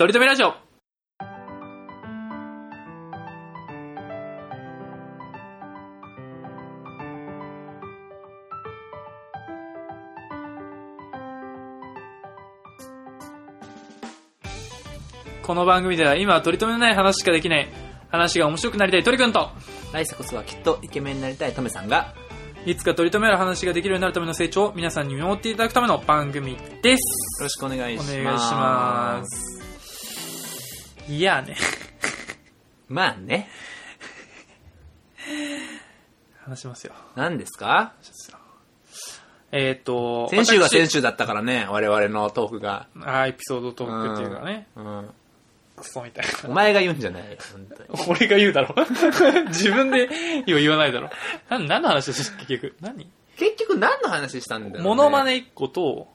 とりとめラジオ。この番組では今は取り留めのない話しかできない、話が面白くなりたい鳥くんと、 来世こそはきっとイケメンになりたいトメさんが、 いつか取り留める話ができるようになるための成長を皆さんに見守っていただくための番組です。 よろしくお願いします。 お願いします。いやね。 まあね。 話しますよ。 何ですか？先週が先週だったからね、我々のトークが。 エピソードトークっていうかね。クソみたいな。 お前が言うんじゃないよ、本当に。 俺が言うだろ。自分で言わないだろ。何の話でした結局。 結局何の話したんだよ、ね。 モノマネ1個と、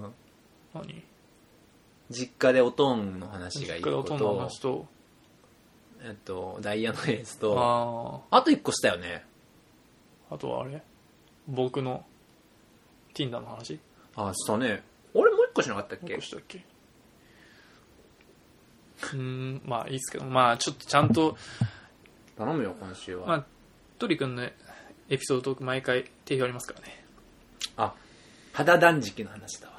実家でおとんの話が1個と、実家でおとんの話と、 ダイヤのエースと、あと1個したよね。 あとはあれ僕の Tinder の話。 したね。俺もう1個しなかったっけ？ もう1個したっけ？まあいいっすけど、まあちょっとちゃんと頼むよ今週は。 まあトリ君のエピソードトーク毎回定評ありますからね。 肌断食の話だわ。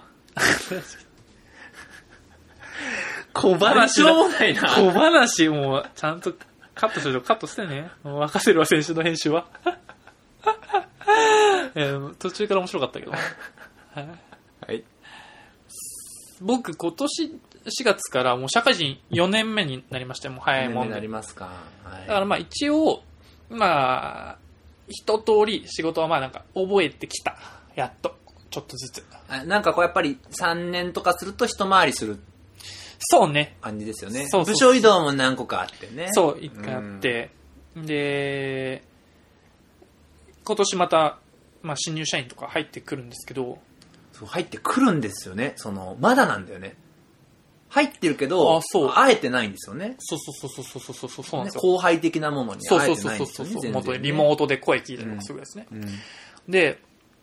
小話だ。 もないな。 小話もうちゃんとカットするとカットしてね。もう任せるわ先週の編集は。途中から面白かったけど。 はい。 僕今年4月からもう社会人4年目になりまして、もう早いもんで。 4年目になりますか。はい。 だからまあ一応、まあ、一通り仕事はまあなんか覚えてきた。やっと。ちょっとずつ。 なんかこうやっぱり3年とかすると一回りする。 そうね。 感じですよね。 そう。 部署移動も何個かあってね。 そう、一回あって。で、今年また、まあ新入社員とか入ってくるんですけど、 そう入ってくるんですよね。まだなんだよね。入ってるけど、会えてないんですよね。 そうなんですよ。 後輩的なものに会えてないんですよね。 そう。元にリモートで声聞いたりとかするやつね。で、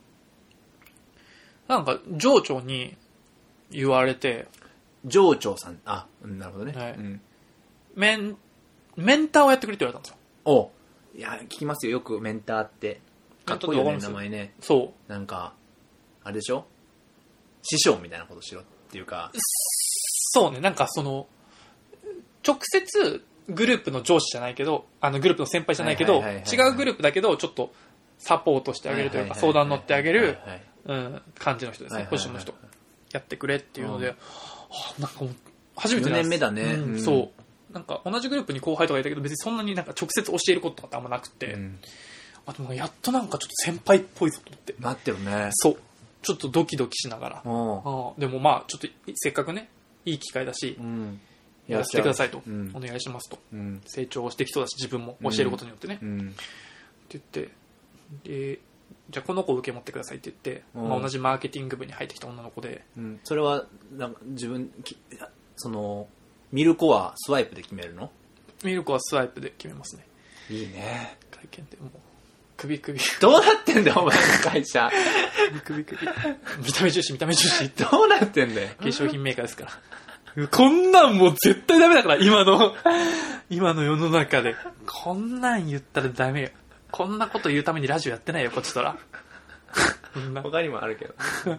なんか上長に言われて、 上長さん、なるほどね。 はい。メンターをやってくれって言われたんですよ。 いや、聞きますよ。よくメンターって。かっこいいよね、名前ね。 そう。 なんか、あれでしょ？師匠みたいなことしろっていうか。 そうね、なんか直接グループの上司じゃないけど、グループの先輩じゃないけど、違うグループだけど、ちょっっとサポートしてあげるというか、相談乗ってあげる感じの人ですね、ポジションの人。やってくれっていうので、なんかもう、初めて 4年目だね。 そう。なんか同じグループに後輩とかいたけど、別にそんなになんか直接教えることとかってあんまなくて、あとやっとなんかちょっと先輩っぽいぞと思って。 なってるね。 そう。ちょっとドキドキしながら。でもまあ、ちょっとせっかくね、いい機会だし、やらせてくださいと、お願いしますと、成長してきそうだし自分も教えることによってね、って言って、でじゃあこの子を受け持ってくださいって言って、同じマーケティング部に入ってきた女の子で、 それはなんか自分見る子はスワイプで決めるの？ 見る子はスワイプで決めますね。 いいね。 会見でもう首どうなってんだよお前の会社。 首見た目重視どうなってんだよ。 化粧品メーカーですから。こんなんもう絶対ダメだから、今の世の中で。こんなん言ったらダメよ。こんなこと言うためにラジオやってないよ、こっちとら。 他にもあるけど。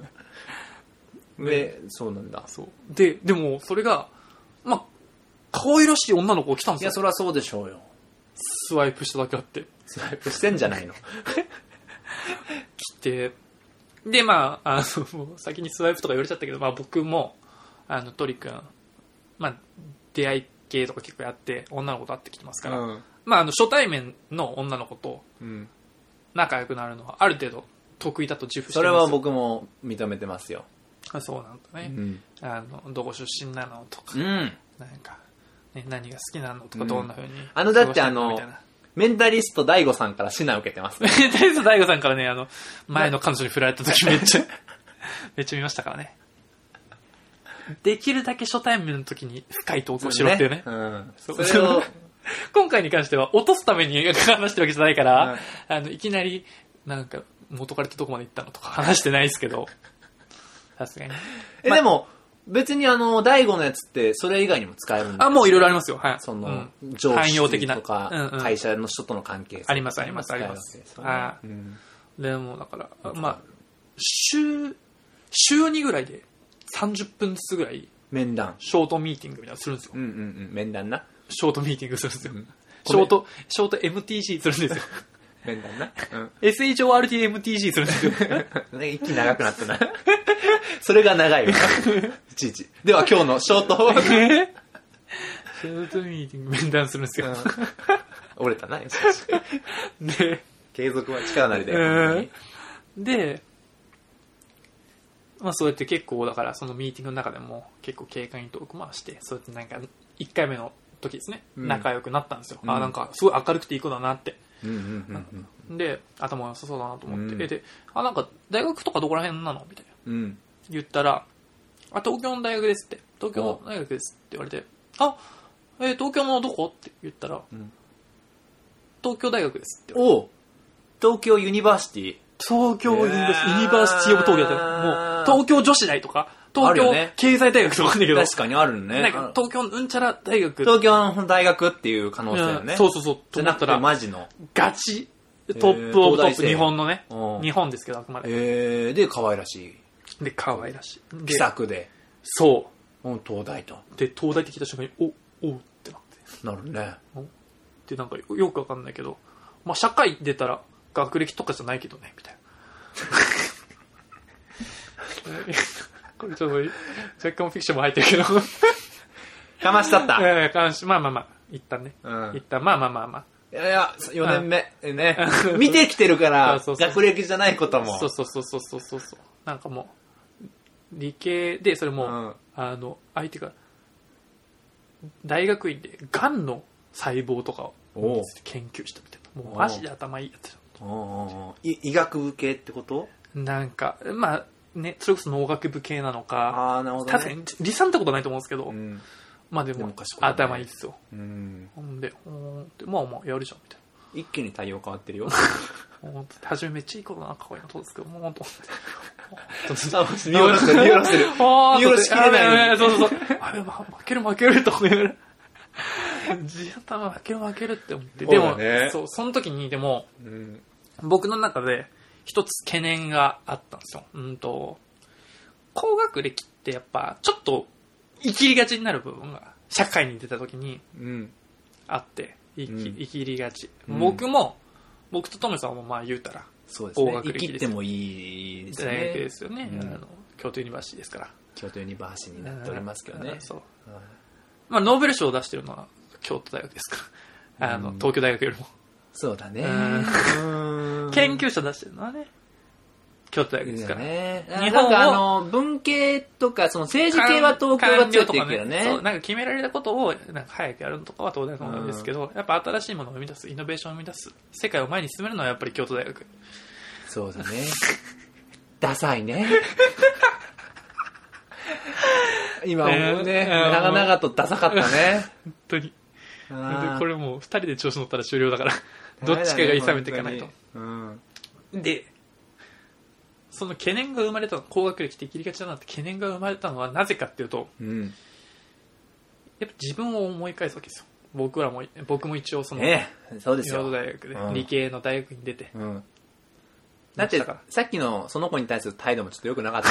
で、そうなんだ。 そう。でも、それが、まあ、可愛らしい女の子が来たんですよ。 いや、そりゃそうでしょうよ。 スワイプしただけあって。 スワイプしてんじゃないの？ 来て、で、まあ、もう先にスワイプとか言われちゃったけど、まあ僕も、トリ君、まあ、出会い系とか結構やって、女の子と会ってきてますから、まあ、初対面の女の子と仲良くなるのはある程度得意だと自負してます。 それは僕も認めてますよ。 そうなんだね。どこ出身なのとか、なんか、ね、何が好きなのとか、どんな風に。 だってメンタリスト大悟さんから指南受けてます。 メンタリスト大悟さんからね、前の彼女に振られた時めっちゃ見ましたからね。できるだけ初対面の時に深いトークをしろっていうね。それを今回に関しては落とすために話してるわけじゃないから、いきなりなんか元彼ってどこまで行ったのとか話してないですけど、さすがに。 でも別に第5のやつってそれ以外にも使えるんですか？ もういろいろありますよ。はい。 その、上司とか、会社の人との関係性。 あります、あります、あります。でも、だから、まあ、週2ぐらいで30分ずつぐらい、 面談。 ショートミーティングみたいなのするんですよ。 面談な。 ショートミーティングするんですよ。ショート MTG するんですよ。 面談な。 SHORTMTG するんですよ。 一気に長くなったな。それが長いわ。いちいち。では今日のショート。 ショートミーティング面談するんですよ。 折れたな、よし。 で、 継続は力なりだよ。 で、まあそうやって結構だからそのミーティングの中でも結構軽快にトーク回して、そうやってなんか1回目の時ですね、仲良くなったんですよ。なんかすごい明るくていい子だなって。で、頭良さそうだなと思って。で、なんか大学とかどこら辺なのみたいな。言ったら、東京の大学ですって。東京の大学ですって言われて、東京のどこって言ったら、東京大学ですって。 東京ユニバーシティ。 東京ユニバーシティオブ東京だよ。もう、東京女子大とか、東京経済大学とかあるんだけど。 確かにあるね。 なんか東京うんちゃら大学。 東京の大学っていう可能性だよね。 そうそうそう。 じゃなくてマジの。 ガチ、トップオブトップ、日本のね。日本ですけど、あくまで。 で、可愛らしい。 で、可愛らしい。 気さくで。 そう。 東大と。 で、東大って聞いた瞬間に、おうってなって。 なるね。 で、なんかよくわかんないけど、まあ、社会出たら学歴とかじゃないけどね、みたいな。これちょっと若干フィクションも入ってるけどかましちゃった。 まあ一旦ね、一旦まあいや4年目ね見てきてるから学歴じゃないこともそうなんかもう理系でそれも、相手が大学院でがんの細胞とかを研究したみたいな、もうマジで頭いいやつ。 医学部系ってこと？ なんかまあね、それこそ農学部系なのか、 なるほどね、 確かに離散ってことはないと思うんですけど、まあでも頭いいっすよ。ほんでまあやるじゃんみたいな。一気に対応変わってるよ。 初めめっちゃいいことな可愛いなとですけど、もう本当見下ろしてる見下ろしきれない。 そう負けると思いながら地頭負けるって思って、でもその時にでも僕の中で一つ懸念があったんですよ。高学歴ってやっぱちょっと生きりがちになる部分が社会に出た時にあって、生きりがち。僕とトメさんもまあ言うたら高学歴です。生きてもいいですね。 大学ですよね。京都ユニバーシティですから。 京都ユニバーシティになっておりますけどね。 そう。まあノーベル賞を出してるのは京都大学ですから。東京大学よりも。 そうだね。 研究者出してるのはね、京都大学ですから。 日本は文系とかその政治系は東京が強いって言うけどね。 そう、なんか決められたことをなんか早くやるのとかは東大の方ですけど、やっぱ新しいものを生み出す、イノベーションを生み出す、世界を前に進めるのはやっぱり京都大学。 そうだね。ダサいね。今もね、長々とダサかったね。 本当に。これもう2人で調子乗ったら終了だからどっちかが諌めていかないと。で、その懸念が生まれたの、高学歴って生きりがちだなって懸念が生まれたのはなぜかっていうと、やっぱ自分を思い返すわけですよ。僕も一応そのそうですよ、 京都大学で理系の大学に出て、 だってさっきのその子に対する態度もちょっと良くなかった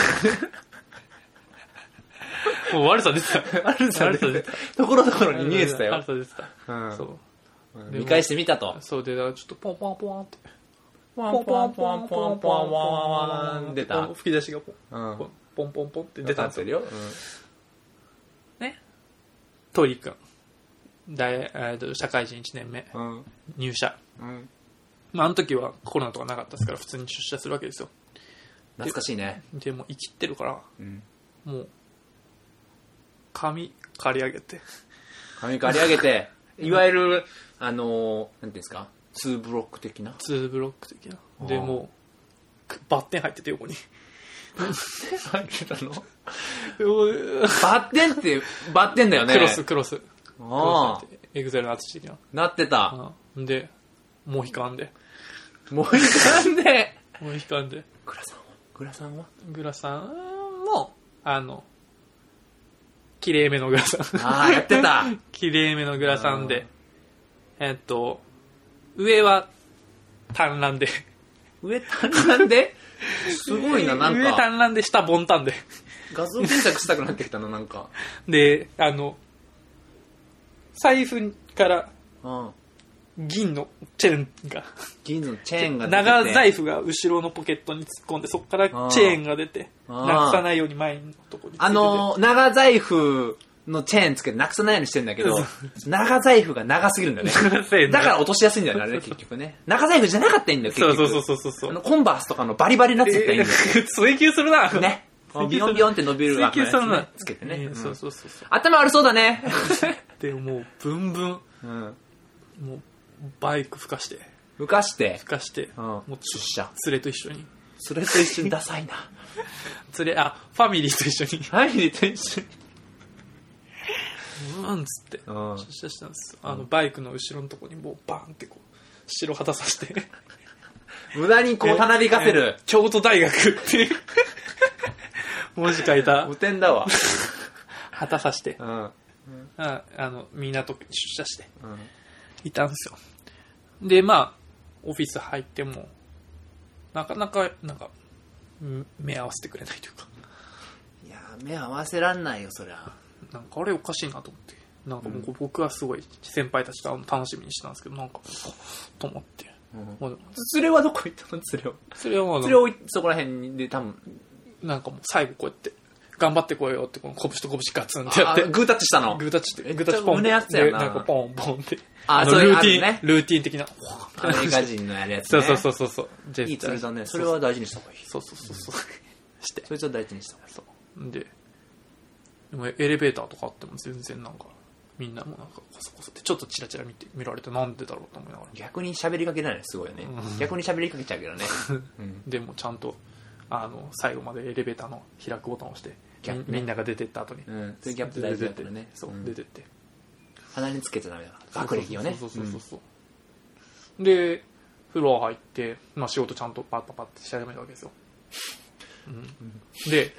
もう悪さ出てた。 悪さ出てた。ところどころに見えてたよ。 悪さ出てた。そう。 見返してみたと。 そうで、だからちょっとポンポンポンって。 ポンポンポンポンポン出た。 吹き出しがポンポンポンポンって出たんですよ。ね。トリ君。社会人1年目。入社。まあ、あの時はコロナとかなかったですから普通に出社するわけですよ。 懐かしいね。 でも生きってるから、もう、髪刈り上げていわゆるなんていうんですか、2ブロック的なでもうバッテン入ってて横に入ってたのバッテンだよね。 クロスエグザイルの淳的なってた。 でモヒカンでグラさんも綺麗めのグラサン。 ああ、やってた。 綺麗めのグラサンで、上は単乱で。 上単乱ですごいな、なんか。 上単乱で下ボンタンで。 画像検索したくなってきたな、なんか。 で、財布から、 うん。 銀のチェーンが長財布が後ろのポケットに突っ込んで、そこからチェーンが出て、なくさないように前のとこにつけてて、 長財布のチェーンつけてなくさないようにしてるんだけど、長財布が長すぎるんだよね。だから落としやすいんだよね、あれ結局ね。長財布じゃなかったらいいんだよ、結局。そう。コンバースとかのバリバリなやつっていいんだよ。 追求するな。 ね。ビヨンビヨンって伸びる追求するな。 つけてね。 そう。 頭悪そうだね。 でももう、ブンブン。もう、バイク吹かして。もう出社。 連れと一緒に。 ダサいな。 ファミリーと一緒に。つって、出社したんですよ。バイクの後ろのとこにもうバーンってこう、白旗さして。 無駄にこう、たなびかせる。 京都大学っていう文字書いた。 無点だわ。 旗さして。港区に出社して。いたんですよ。で、まあ、オフィス入っても、なかなか、目合わせてくれないというか。 いやー、目合わせらんないよ、そりゃ。 なんかあれおかしいなと思って。なんかもう僕はすごい先輩たちと楽しみにしてたんですけど、なんか、と思って。 連れはどこ行ったの？連れはそこら辺で多分。 なんかもう最後こうやって、頑張ってこいよって、この拳と拳ガツンってやって。 グータッチしたの？ グータッチポン。 胸やつやな。 なんかポンポンって。 そういうルーティン的な。 アメリカ人のやるやつね。 そう。 いい連れだね。それは大事にした方がいい。 そう。して。 そいつは大事にした方がいい。 そう。でもエレベーターとかあっても全然なんか、みんなもなんかコソコソってちょっとチラチラ見られてなんでだろうと思いながら。 逆に喋りかけないのすごいよね。逆に喋りかけちゃうけどね。 でもちゃんと、最後までエレベーターの開くボタンを押して、みんなが出てった後に。 そういうギャップ大事だったよね。 そう、出てって。 鼻につけちゃダメだから。学歴をね。 そう。で、風呂入って、まあ仕事ちゃんとパッパッってし始めたわけですよ。で、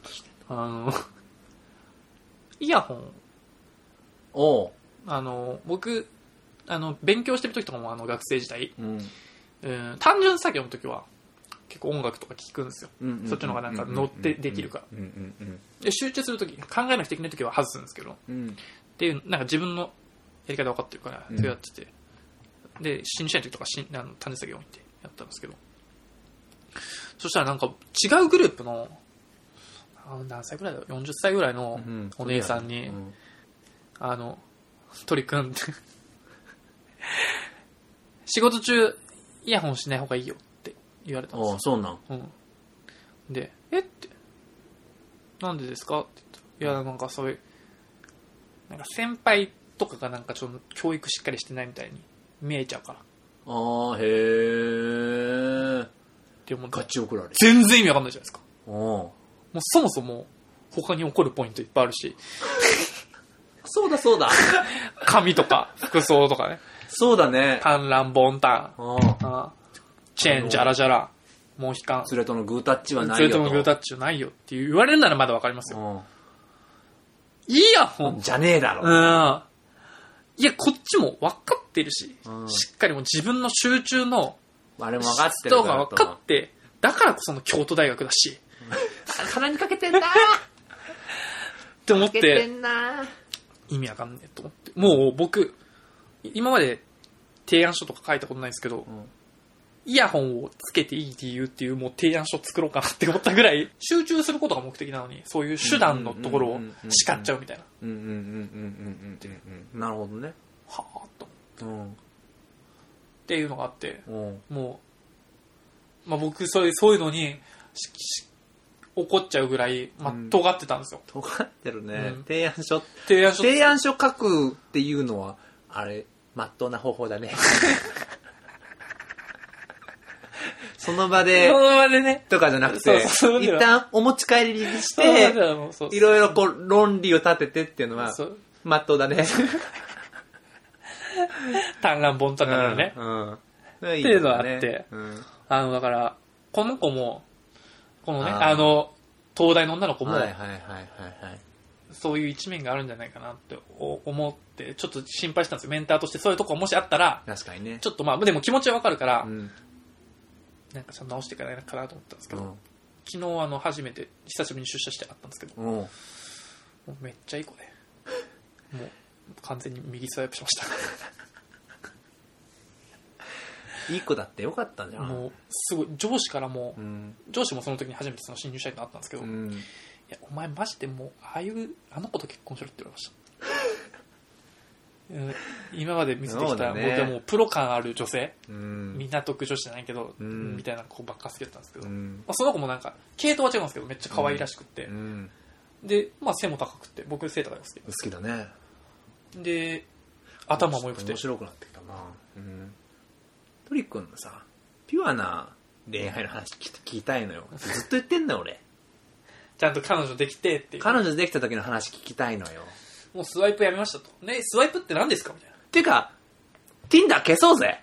イヤホン。僕、勉強してる時とかも学生時代、単純作業の時は結構音楽とか聴くんですよ。そっちの方がなんか乗ってできるから。で、集中する時、考えなくちゃいけない時は外すんですけど、っていう、なんか自分のやり方分かってるから、そうやってて、で、新社員の時とか単純作業を見てやったんですけど、そしたらなんか違うグループの、何歳ぐらいだろう、40歳ぐらいのお姉さんに、鳥くんって仕事中イヤホンしない方がいいよって言われたんですよ。 そうなん。 で、ってなんでですかって言ったら、いや、なんかそういう、なんか先輩とかがなんかちょっと教育しっかりしてないみたいに見えちゃうから。 へー。 でもガチ怒られ。 全然意味わかんないじゃないですか。もうそもそも他に起こるポイントいっぱいあるし。 そうだ。 髪とか服装とかね。 そうだね。 単乱ボンタン。チェーンジャラジャラ。モヒカン。 連れとのグータッチはないよと。 連れとのグータッチはないよって言われるならまだわかりますよ。イヤホンじゃねえだろ。 いや、こっちも分かってるし、しっかりもう自分の集中のあれも分かってるからと。分かって、だからこその京都大学だし。 鼻にかけてんなって思って、意味わかんねえと思って。もう僕、今まで提案書とか書いたことないんですけど、イヤホンをつけていい理由っていうもう提案書作ろうかなって思ったぐらい、集中することが目的なのに、そういう手段のところを叱っちゃうみたいな。 なるほどね。 はぁと思って。っていうのがあって、もう、まあ僕そういうのに怒っちゃうぐらい、尖ってたんですよ。 尖ってるね。提案書書くっていうのは、あれ、まっとうな方法だね。その場でね。とかじゃなくて、一旦お持ち帰りにして、いろいろこう論理を立ててっていうのは、まっとうだね。 単乱ボンタンだからね。っていうのがあって、だから、この子も、このね、東大の女の子も、 そういう一面があるんじゃないかなって思ってちょっと心配したんですよ。メンターとしてそういうとこもしあったら確かにね、 ちょっとまあでも気持ちはわかるから、なんかちゃんと直していかないかなと思ったんですけど、昨日初めて久しぶりに出社して会ったんですけど、もうめっちゃいい子で、もう完全に右スワイプしましたいい子だってよかったんじゃん。 もうすごい上司からも、上司もその時に初めてその新入社員と会ったんですけど、いやお前マジでもうあの子と結婚しろって言われました今まで見せてきた、僕はもうプロ感ある女性、港区女子じゃないけど、みたいな子ばっか好きだったんですけど、その子もなんか系統は違うんですけどめっちゃ可愛らしくって、で、まあ、背も高くて僕背高いの好きだね。 で頭も良くて面白くなってきたな。トリ君のさピュアな恋愛の話聞きたいのよ。ずっと言ってんのよ俺。 ちゃんと彼女できてっていう。 彼女できた時の話聞きたいのよ。 もうスワイプやめましたと。ね、スワイプって何ですかみたいな。 てか Tinder 消そうぜ。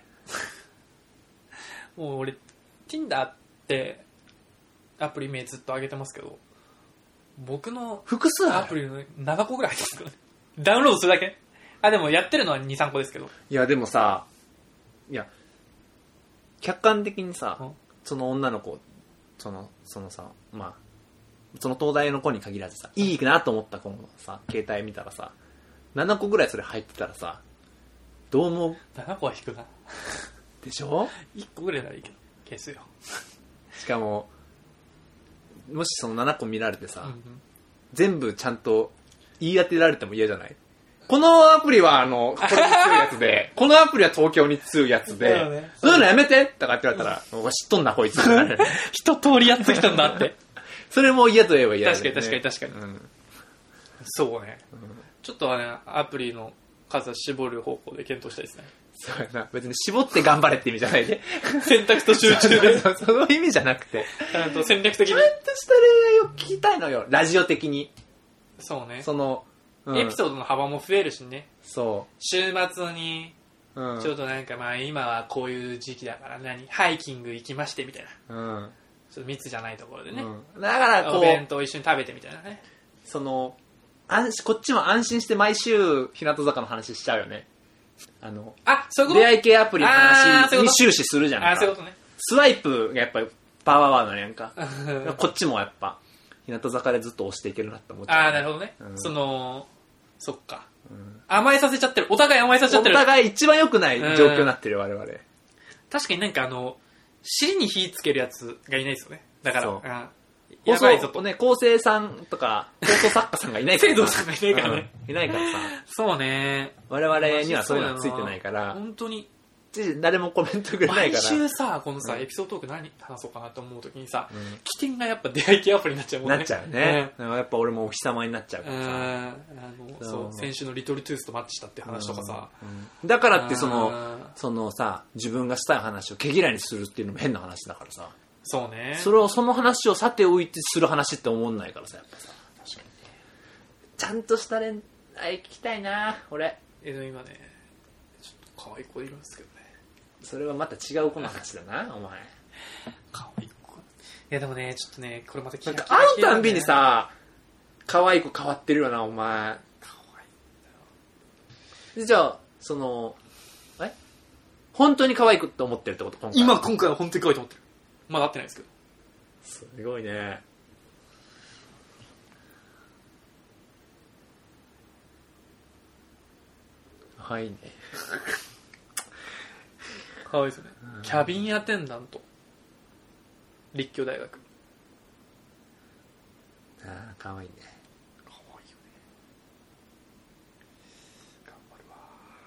もう俺 Tinder ってアプリ名ずっと上げてますけど、僕の複数アプリの7個ぐらい入ってますからね。ダウンロードするだけ。でもやってるのは 2,3 個ですけど。 いやでもさ、いや客観的にさ、その女の子、そのさ、まあその東大の子に限らずさ、いいなと思った子のさ携帯見たらさ、7個ぐらいそれ入ってたらさ、どう思う ？7個は引くな。 でしょ ？1個ぐらいならいいけど消すよ。しかももしその7個見られてさ、全部ちゃんと言い当てられても嫌じゃない？このアプリはこれに強いやつでこのアプリは東京に強いやつで、そういうのやめてとかって言われたら、知っとんなこいつ一通りやってきたんだってそれも嫌と言えば嫌だよね。確かに、そうね、ちょっとはねアプリの数は絞る方向で検討したいですね。 そうやな、別に絞って頑張れって意味じゃないで選択と集中でその意味じゃなくて、 ちゃんと戦略的にちゃんとした恋愛を聞きたいのよ、ラジオ的に。 そうね、 エピソードの幅も増えるしね。 そう週末にちょっとなんかまあ今はこういう時期だからハイキング行きましてみたいな、ちょっと密じゃないところでね、 だからお弁当一緒に食べてみたいなね。 こっちも安心して毎週日向坂の話しちゃうよね。 そういうこと？ 出会い系アプリの話に終始するじゃんか。 そういうことね。 スワイプがやっぱりパワーワードやんかこっちもやっぱ日向坂でずっと押していけるなって思っちゃう、 なるほどね、そっか、甘えさせちゃってる、お互い甘えさせちゃってる、 お互い一番良くない状況になってるよ、我々。 確かになんか尻に火つけるやつがいないですよね。だからやばいぞとね、構成さんとか放送作家さんがいないから制度さんがいないからね、 いないからさ、 そうね、 我々にはそういうのはついてないから、 本当に誰もコメントくれないから、 毎週さこのさ、エピソードトーク何話そうかなと思うときにさ、起点がやっぱ出会い系アプリになっちゃうもんね。 なっちゃうね、やっぱ俺もお日様になっちゃうからさ、 そう先週のリトルトゥースとマッチしたって話とかさ、 だからってそのさ、自分がしたい話を毛嫌いにするっていうのも変な話だからさ、 そうね、 その話をさておいてする話って思んないからさ、やっぱさ、確かにちゃんとした恋愛聞きたいな俺。 今ねちょっと可愛い子いるんですけどね。 それはまた違う子の話だなお前。 可愛い子、いやでもねちょっとねこれまたなんか会うたんびにさ可愛い子変わってるよなお前。 可愛いんだよ。じゃあ本当に可愛い子って思ってるってこと？ 今回は本当に可愛いと思ってる。まだ会ってないですけど。 すごいね。はいね。 可愛いですよね、キャビンアテンダント、立教大学。 可愛いね。 可愛いよね。頑張る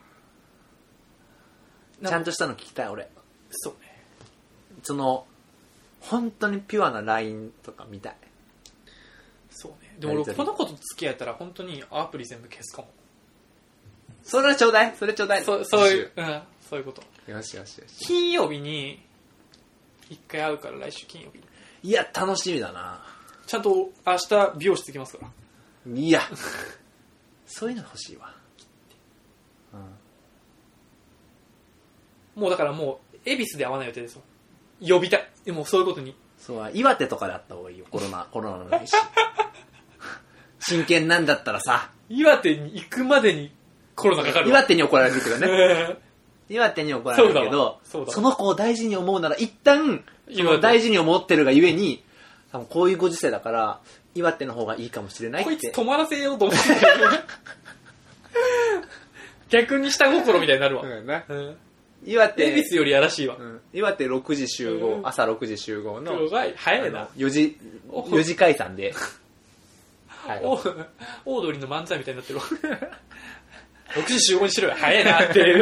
わ。 ちゃんとしたの聞きたい俺。 そうね。 本当にピュアな LINE とか見たい。 そうね。でも俺この子と付き合えたら本当にアプリ全部消すかも。 それちょうだい。そういう、 そういうこと。 よし。 金曜日に一回会うから、来週金曜日。 いや楽しみだな。 ちゃんと明日美容室行きますから。 いやそういうの欲しいわ。 もうだから恵比寿で会わない予定ですよ。呼びたい。でもそういうことに。 そう岩手とかで会った方がいいよ。コロナのないし真剣なんだったらさ。 岩手に行くまでにコロナかかる。 岩手に怒られるけどね。岩手に怒られるけど、その子を大事に思うなら一旦、その大事に思ってるがゆえに、多分こういうご時世だから、岩手の方がいいかもしれないって。 こいつ止まらせようと思って逆に下心みたいになるわ。 岩手。 恵比寿よりやらしいわ。 岩手6時集合、朝6時集合の。 早いな。 4時解散で。 オードリーの漫才みたいになってるわ。6時集合にしろよ。早いなっていう。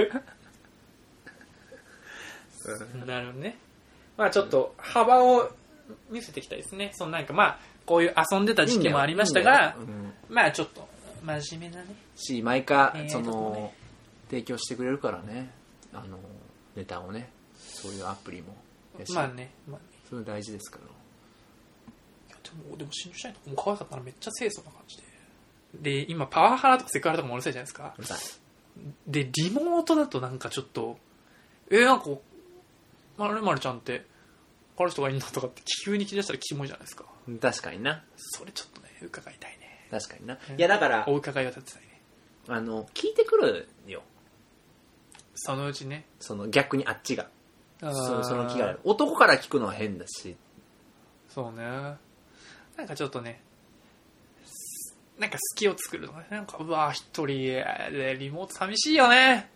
なるほどね。まあちょっと幅を見せていきたいですね。そのなんかまあこういう遊んでた時期もありましたが、まあちょっと真面目なね。 毎回その提供してくれるからね。ネタをね、そういうアプリも。 まあね。 それ大事ですから。いやでも新入社員とかも可愛かったらめっちゃ清楚な感じで。で今パワハラとかセクハラとかもうるさいじゃないですか。 うるさい。 でリモートだとなんかちょっとなんか〇〇ちゃんって彼氏とかいんのとかって急に聞き出したらキモいじゃないですか。 確かにな。 それちょっとね伺いたいね。 確かにな。いやだからお伺いを立てたいね。 聞いてくるよ。 そのうちね。 その逆にあっちが。その気がある。男から聞くのは変だし。 そうね。なんかちょっとね。なんか隙を作るのね。なんかうわ一人でリモート寂しいよね。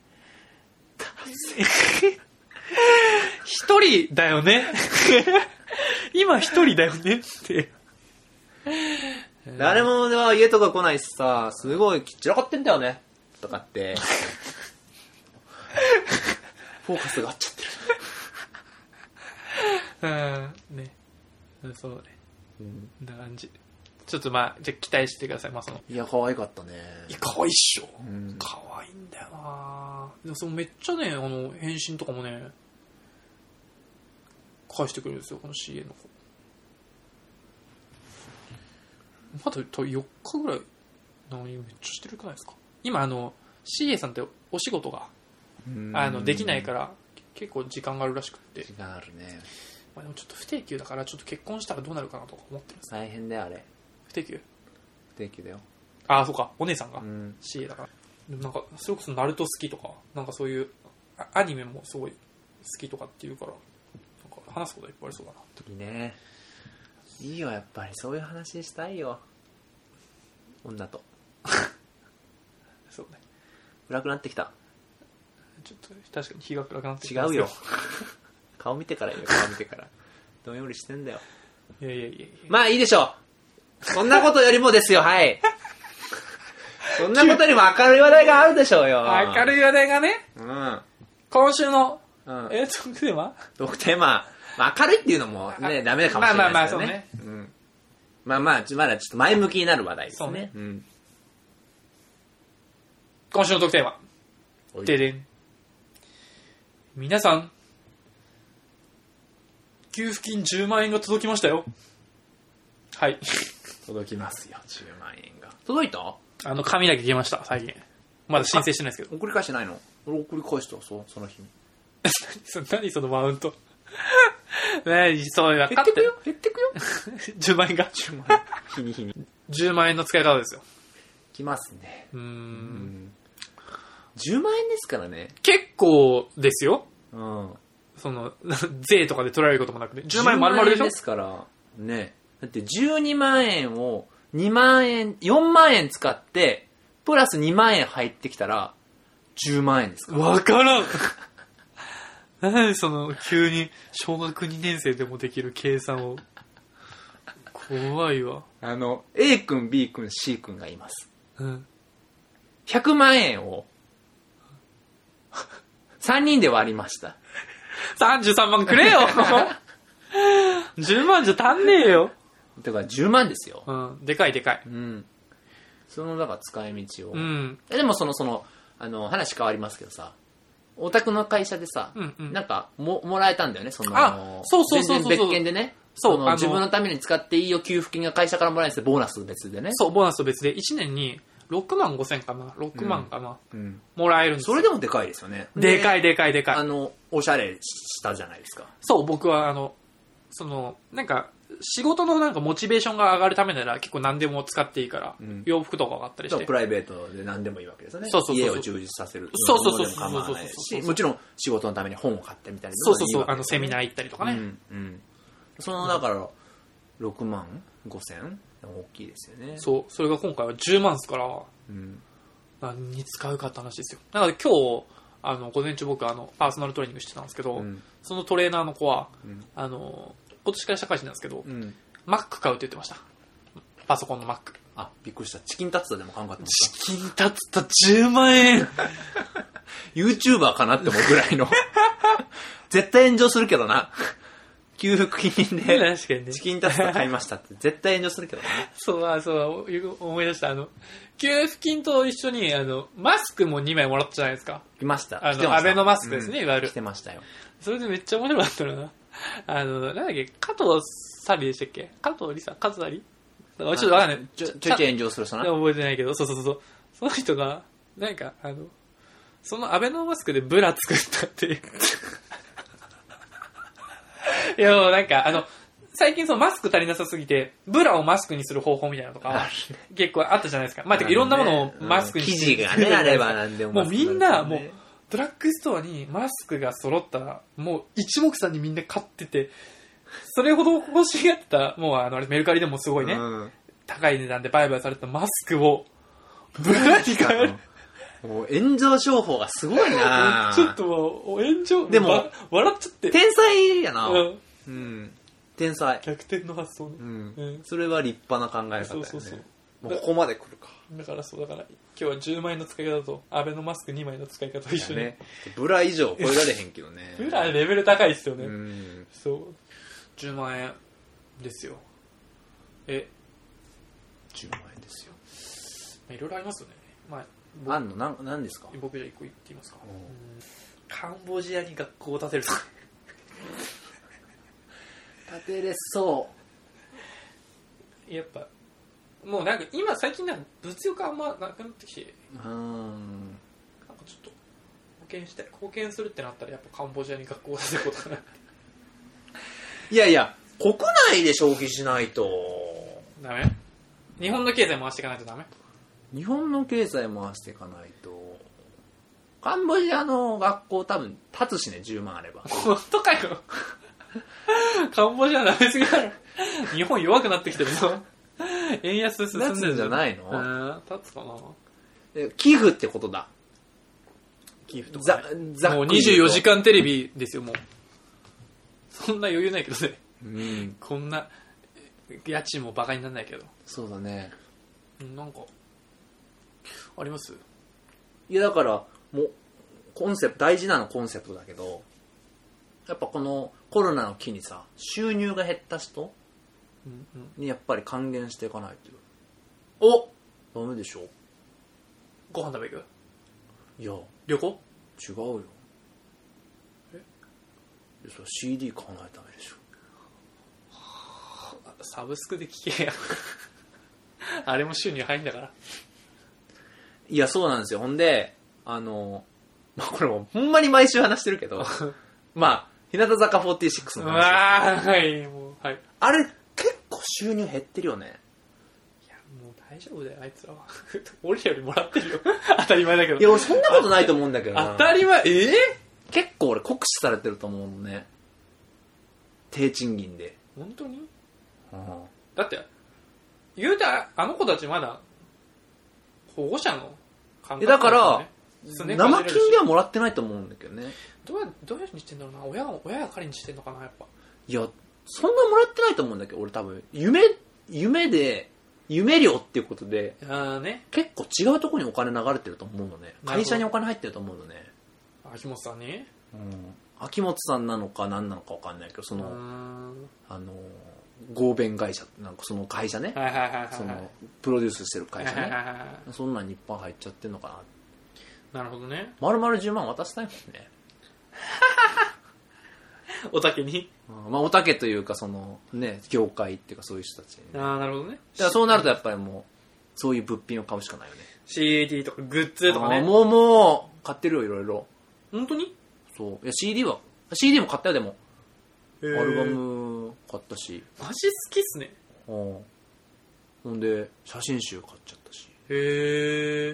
一人だよね。今一人だよねって。 誰も家とか来ないしさ、すごい散らかってんだよねとかってフォーカスが合っちゃってる。 ね。そうね。な感じ。ちょっとまあじゃあ期待してください。まあいや可愛かったね。 いや可愛いっしょ。可愛いんだよな。でもそのめっちゃね返信とかもね返してくれるんですよこの CA の子。まだ4日ぐらいなのにめっちゃしてるくないですか。今CA さんってお仕事ができないから結構時間があるらしくって時間あるね。 まあ、でもちょっと不定休だからちょっと結婚したらどうなるかなとか思ってるんです。 大変だよあれ。 不定休だよ。 ああそうかお姉さんが CA だから。でもなんかそれこそナルト好きとかなんかそういうアニメもすごい好きとかっていうからなんか話すこといっぱいありそうだな。 いいね。いいよやっぱりそういう話したいよ女と。 そうね。 暗くなってきた。 ちょっと確かに日が暗くなってきた。違うよ。顔見てからよ。顔見てから。どんよりしてんだよ。 いやまあいいでしょう。そんなことよりもですよ。はい。そんなことよりも明るい話題があるでしょうよ。 明るい話題がね。今週のトークテーマ。 トークテーマ。明るいっていうのもねダメかもしれないですけどね。まあまだちょっと前向きになる話題ですね。 今週のトークテーマ。ででん。皆さん給付金10万円が届きましたよ。はい。 届きますよ10万円が。届いた？ 紙だけ消えました最近。まだ申請してないですけど。 送り返してないの？俺送り返したその日に。 何そのマウント。そう分かってるよ。減ってくよ。 10万円が。 10万円。日に。 10万円の使い方ですよ。 きますね。10万円ですからね。 結構ですよ。その税とかで取られることもなくて10万円丸々でしょ。10万円ですからね。だって12万円を2万円4万円使ってプラス2万円入ってきたら10万円ですから。 わからん。何その急に小学2年生でもできる計算を。怖いわ。 A 君 B 君 C 君がいます。100万円を3人で割りました。 33万くれよ。10万じゃ足んねえよ。 だから10万ですよ。 でかい。 そのだから使い道を。でも話変わりますけどさ。お宅の会社でさ、なんかもらえたんだよね。そう全然別件でね。自分のために使っていいよ給付金が会社からもらえるんですよ。ボーナス別でね。 そうボーナスと別で1年に6万5千かな6万かな、もらえるんですよ。 それでもでかいですよね。 でかい。 おしゃれしたじゃないですか。 そう僕はなんか仕事のなんかモチベーションが上がるためなら結構何でも使っていいから、洋服とかがあったりして。 プライベートで何でもいいわけですよね。 そうそうそう。 家を充実させる。 そうそうそう。 もちろん仕事のために本を買ってみたり、 そうそうそう。セミナー行ったりとかね。 その、だから、6万5千大きいですよね。 そう。それが今回は10万ですから、何に使うかって話ですよ。だから今日、午前中僕パーソナルトレーニングしてたんですけど、そのトレーナーの子は、今年から社会人なんですけど、Mac 買うって言ってました。パソコンの Mac。 あ、びっくりした。チキンタツタでも考えてました。 チキンタツタ10万円 YouTuber かなって思うぐらいの。絶対炎上するけどな。給付金で確かに、ね、 チキンタツタ買いましたって絶対炎上するけどね。 そう思い出した。給付金と一緒にマスクも2枚もらったじゃないですか。 来ました。 アベノマスクですね、いわゆる。 来てましたよ。 それでめっちゃ面白かったな。なんだっけ、加藤サリでしたっけ、加藤リサ、カズサリ、ちょっとわかんない。 ちょいちょい炎上する人な。 覚えてないけど、そう。その人が、なんか、そのアベノマスクでブラ作ったって。いや、もうなんか、最近そのマスク足りなさすぎて、ブラをマスクにする方法みたいなのとか、結構あったじゃないですか。まあ、てかいろんなものをマスクにする。生地がね、あればなんでも。 もうみんな、もう、ドラッグストアにマスクが揃ったら、もう一目散にみんな買ってて、それほど欲しがってた、もうあれメルカリでもすごいね、高い値段で売買されたマスクを、ブラに変える。 もう炎上商法がすごいなちょっともう、炎上、 でも、 笑っちゃって。 天才やな。天才。 逆転の発想ね。それは立派な考え方だよね。そう。もうここまで来るか。 だから今日は10万円の使い方と、アベノマスク2枚の使い方と一緒に。ね、 ブラ以上超えられへんけどね。 ブラレベル高いっすよね。そう。10万円ですよ。10 万円ですよ。 いろいろありますよね。 あんの何ですか？ 僕じゃあ1個言っていいますか。カンボジアに学校を建てるとか。 建てれそう。 やっぱもうなんか今最近なんか物欲あんまなくなってきて、なんかちょっと貢献するってなったらやっぱカンボジアに学校を建てることかな。 いやいや、国内で消費しないとダメ？日本の経済回していかないとダメ？ 日本の経済回していかないと。カンボジアの学校多分立つしね、10万あれば。 本当かよ。カンボジアダメすぎだろ。日本弱くなってきてるぞ。円安進んでる。 立つんじゃないの？ 立つかな。 寄付ってことだ。 寄付とか、ね。もう24時間テレビですよ、もう。そんな余裕ないけどね。こんな、家賃もバカにならないけど。 そうだね。 なんか、あります？ いやだからもう大事なのコンセプトだけど、やっぱこのコロナの機にさ、収入が減った人にやっぱり還元していかないと。ダメでしょ。 ご飯食べ行く？ いや旅行？ 違うよ。それ CD 買わないとダメでしょ。 サブスクで聴けや。あれも収入入んだから。 いや、そうなんですよ。ほんで、これもほんまに毎週話してるけど、日向坂46の話。 はい、もう、はい。 あれ、結構収入減ってるよね。 いや、もう大丈夫だよ、あいつらは。俺よりもらってるよ。当たり前だけど。 いや、俺そんなことないと思うんだけどな。 当たり前、 結構俺酷使されてると思うのね。低賃金で。 本当に？だって、言うてあの子たちまだ、保護者の感覚、ね、 だから、生金ではもらってないと思うんだけどね。 どういうふうにしてんだろうな。親が彼にしてんのかな、やっぱ。 いや、そんなもらってないと思うんだけど、俺多分、夢量っていうことで、結構違うところにお金流れてると思うのね。会社にお金入ってると思うのね。 秋元さんに？ 秋元さんなのか何なのか分かんないけど、その、合弁会社、なんかその会社ね。その、プロデュースしてる会社ね。そんなんにいっぱい入っちゃってんのかな。なるほどね。 丸々10万渡したいもんね。 おたけに？ おたけというか、その、ね、業界っていうかそういう人たちに、ね。 なるほどね。 だからそうなるとやっぱりもう、そういう物品を買うしかないよね。 CD とかグッズとかね。 もう、買ってるよ、いろいろ。 本当に？ そう。いや、CD も買ったよ、でも。 アルバム買ったし。 マジ好きっすね。 ほんで写真集買っちゃったし。 へえ。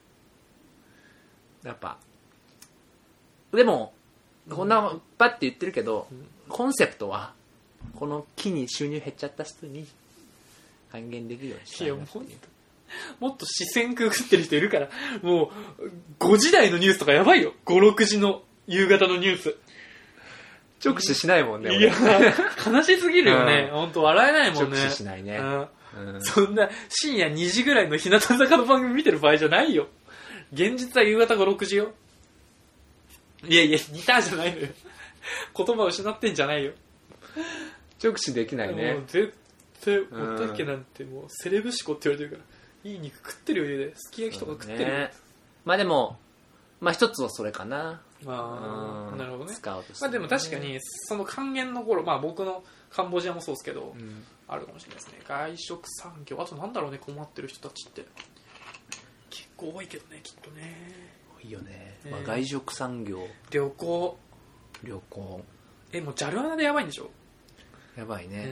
やっぱでもこんなバッて言ってるけど、コンセプトはこの木に収入減っちゃった人に還元できるようにしたいなっていう。 もっと視線くぐってる人いるから、もう5時台のニュースとかやばいよ。5、6時の夕方のニュース直視しないもんね。 いや悲しすぎるよね。本当笑えないもんね。 直視しないね。 そんな深夜2時ぐらいの日向坂の番組見てる場合じゃないよ。現実は夕方5、6時よ。いやいや、似たじゃないのよ。言葉を失ってんじゃないよ。 直視できないね。 もう絶対、おたけなんてもうセレブシコって言われてるから、いい肉食ってるよ、家で。すき焼きとか食ってるよ。 まあでも、まあ一つはそれかな。 なるほどね。 使おうとして、 まあでも確かに、その還元の頃、まあ僕のカンボジアもそうですけど、あるかもしれないですね。外食産業、あとなんだろうね、困ってる人たちって。結構多いけどね、きっとね。 多いよね。まあ、外食産業。 旅行。 もうジャルアナでやばいんでしょ？ やばいね。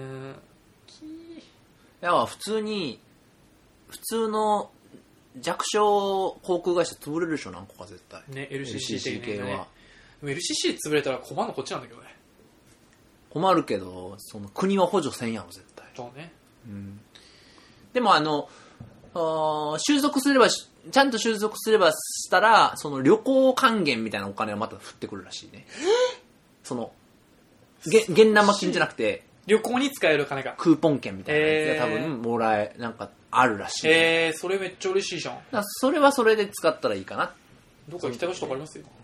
いや、普通の弱小航空会社潰れるでしょ、何個か絶対。 ね、LCC 系は。LCC 潰れたら困るのこっちなんだけどね。 困るけど、その国は補助せんやろ、絶対。 そうね。 でも収束すれば、ちゃんと収束すればしたら、その旅行還元みたいなお金はまた降ってくるらしいね。その、現生金じゃなくて、 旅行に使える金が。 クーポン券みたいなやつが多分もらえ、なんかあるらしい。 それめっちゃ嬉しいじゃん。 それはそれで使ったらいいかな。 どっか行きたい場所とかありますよ？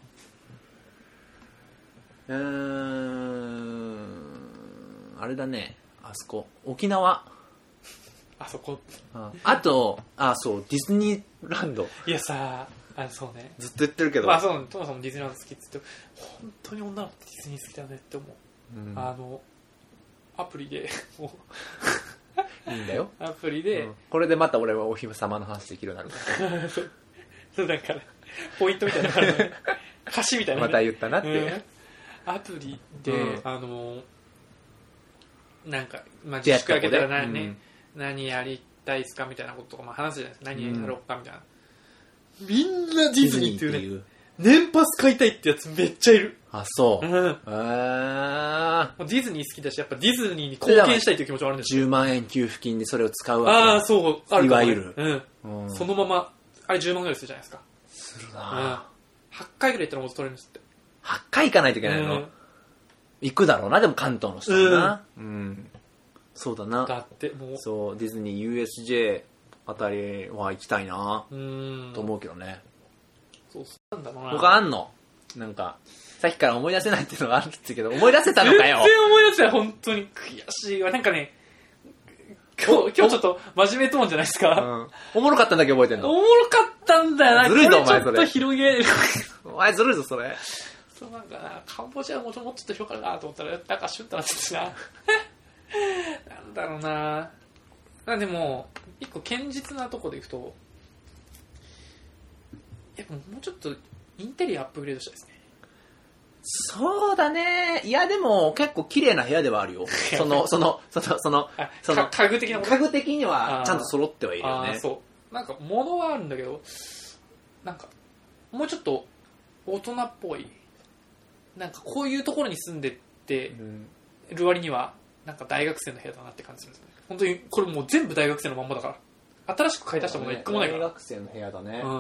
あれだね、あそこ、沖縄。 あそこ。 あと、そう、ディズニーランド。 いやさ、そうね。 ずっと言ってるけど。 まあそう、トマさんもディズニーランド好きって言って、本当に女の子ってディズニー好きだよねって思う。アプリで、もう。いいんだよ。 アプリで、 これでまた俺はお姫様の話できるようになるから。 そう、だから、ポイントみたいなのね。歌詞みたいな、 また言ったなって。 アプリで、なんか、まあ、自粛明けたら何やりたいですかみたいなこととか、まあ、話すじゃないですか。何やろうかみたいな。みんなディズニーっていうね。年パス買いたいってやつめっちゃいる。 あ、そう。 ディズニー好きだし、やっぱディズニーに貢献したいという気持ちもあるんですよ。 10万円給付金でそれを使うわけ。 そう。 いわゆる。 そのまま、あれ10万ぐらいするじゃないですか。 するな 8回ぐらい行ったらもう取れるんですって。 8回行かないといけないの？行くだろうな、でも関東の人だな。そうだな。 だってもう。 そう、ディズニー USJ あたりは行きたいなと思うけどね。 そうなんだろうな。 他あんの？なんか、さっきから思い出せないっていうのがあるって言うけど、思い出せたのかよ。 全然思い出せない、本当に悔しいわ。なんかね、今日ちょっと真面目トーンじゃないですか。 おもろかったんだけ覚えてんの？ おもろかったんだよな。 ずるいぞ、お前それ。 ちょっと広げる。 お前ずるいぞ、それ。 そうなんかな、カンボジアもちょっと広がるなと思ったら、なんかシュッとなってたしな。なんだろうな。でも、一個堅実なとこでいくと、やっぱもうちょっとインテリアアップグレードしたいですね。 そうだね。いやでも結構綺麗な部屋ではあるよ。その家具的なこと。 家具的にはちゃんと揃ってはいるよね。 そう。なんか物はあるんだけど、なんかもうちょっと大人っぽい。なんかこういうところに住んでってる割にはなんか大学生の部屋だなって感じするんですよね。本当にこれもう全部大学生のまんまだから。新しく買い足したもの一個もないから。 大学生の部屋だね。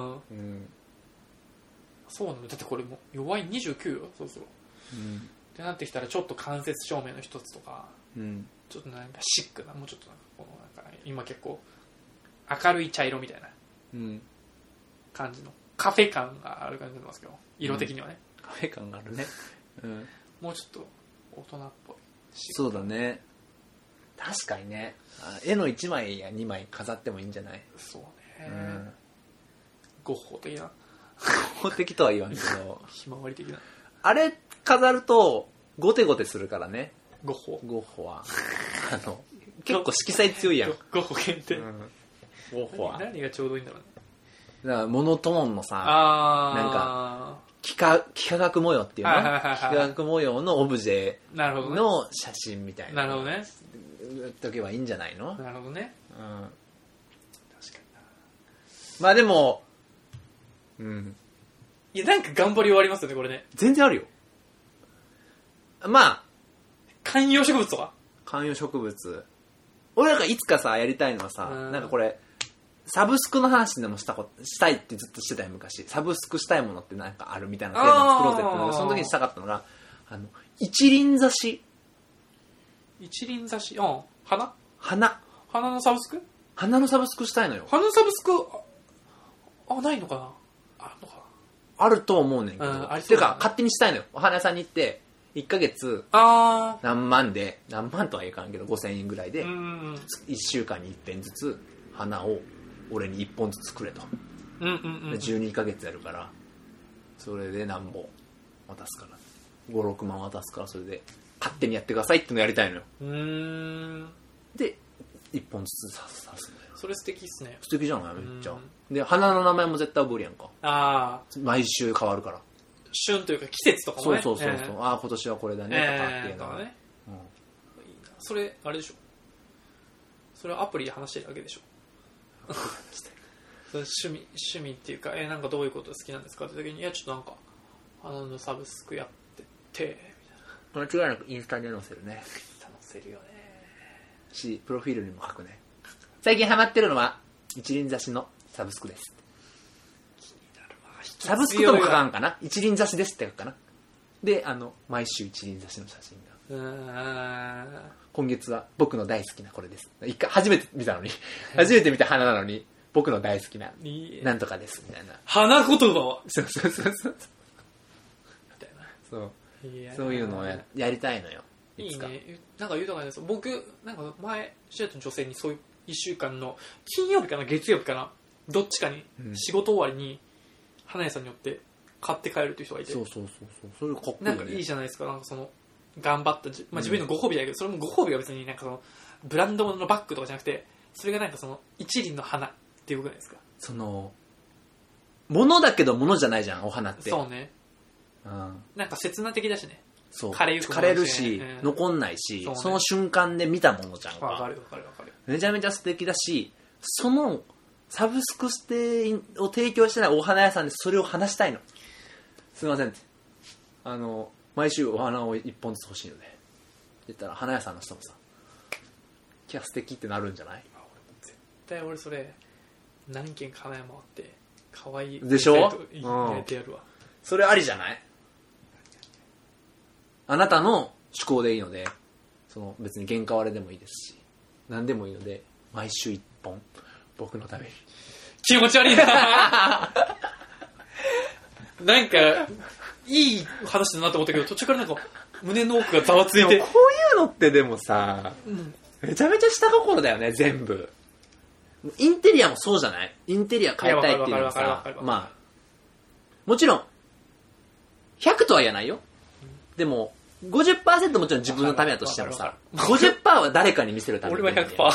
そうなの。だってこれもう弱い29よ、そうそう。ってなってきたらちょっと間接照明の一つとか、ちょっとなんかシックな、もうちょっとなんかこのなんか、ね、今結構明るい茶色みたいな感じのカフェ感がある感じになってますけど、色的にはね。 カフェ感があるね。 もうちょっと大人っぽい。 そうだね。確かにね。絵の1枚や2枚飾ってもいいんじゃない？ そうね。ゴッホ的な。 ゴッホ的とは言わんけど。 ひまわり的な。 あれ飾るとゴテゴテするからね。 ゴッホは結構色彩強いやん。 ゴッホ限定。 ゴッホは何がちょうどいいんだろうね。 だからモノトーンのさ、なんか幾何学模様っていうの、幾何学模様のオブジェの写真みたいな。 なるほどね。 とけばいいんじゃないの？ なるほどね。 うん。確かにな。まあでも、うん。 いや、なんか頑張り終わりますよね、これね。 全然あるよ。まあ。 観葉植物とか？ 観葉植物。俺なんかいつかさ、やりたいのはさ、なんかこれ、サブスクの話でもしたいってずっとしてたよ、昔。サブスクしたいものってなんかあるみたいなテーマ作ろうぜって、その時にしたかったのが、一輪挿し。 一輪挿し、うん。花のサブスク？ 花のサブスクしたいのよ。 花のサブスク、ないのかな？あるのかな？ あると思うねんけど。てか、勝手にしたいのよ。お花屋さんに行って、1ヶ月、何万とはいかんけど、5000円ぐらいで、1週間に1遍ずつ、花を俺に1本ずつくれと。12ヶ月やるから、それで何本渡すから。5、6万渡すから、それで、勝手にやってくださいってのやりたいのよ。で、1本ずつ刺すのよ。 それ素敵っすね。 素敵じゃないめっちゃ。で、花の名前も絶対覚えるやんか。毎週変わるから。 旬というか季節とかもね。 そう。今年はこれだねとかっていうのはね。 いいな。それ、あれでしょ。それはアプリで話してるわけでしょ。趣味っていうか、なんかどういうことが好きなんですかって時に、いや、ちょっとなんか、花のサブスクやってて、 みたいな。間違いなくインスタに載せるね。 載せるよね。 プロフィールにも書くね。最近ハマってるのは、一輪挿しのサブスクです。 気になるわ。 サブスクとも書かんかな。一輪挿しですって書くかな。で、毎週一輪挿しの写真が。今月は僕の大好きなこれです。初めて見たのに。初めて見た花なのに、僕の大好きな、なんとかです、みたいな。 花言葉はそう。そういうのをやりたいのよ。 いいね。なんか豊かです。僕、なんか前、知り合った女性にそういう1週間の、金曜日かな、月曜日かな、どっちかに、仕事終わりに、花屋さんによって買って帰るという人がいて。 そう。それかっこいいね。 なんかいいじゃないですか。なんかその、頑張った、自分のご褒美だけど、それもご褒美が別になんかその、ブランド物のバッグとかじゃなくて、それがなんかその、一輪の花っていうことじゃないですか。 その、物だけど物じゃないじゃん、お花って。 そうね。なんか切な的だしね。 そう。枯れるし、残んないし、その瞬間で見たものじゃんか。 わかる。 めちゃめちゃ素敵だし、その、サブスクを提供してないお花屋さんでそれを話したいの。すいませんって。毎週お花を1本ずつ欲しいので。言ったら、花屋さんの人もさ、キャ素敵ってなるんじゃない？ 絶対俺それ、何軒か花屋回って、可愛い。 でしょ？ 入れてやるわ。 それありじゃない？あなたの思考でいいので、別に原価割れでもいいですし、何でもいいので、毎週1本、僕のために。 気持ち悪いななんか、いい話だなと思ったけど、途中からなんか、胸の奥がざわついて。 こういうのってでもさ、めちゃめちゃ下心だよね、全部。インテリアもそうじゃない？インテリア変えたいっていうのはさ、まあ、もちろん、100とは言わないよ。でも、50% もちろん自分のためだとしてもさ、50% は誰かに見せるために。 俺は 100%。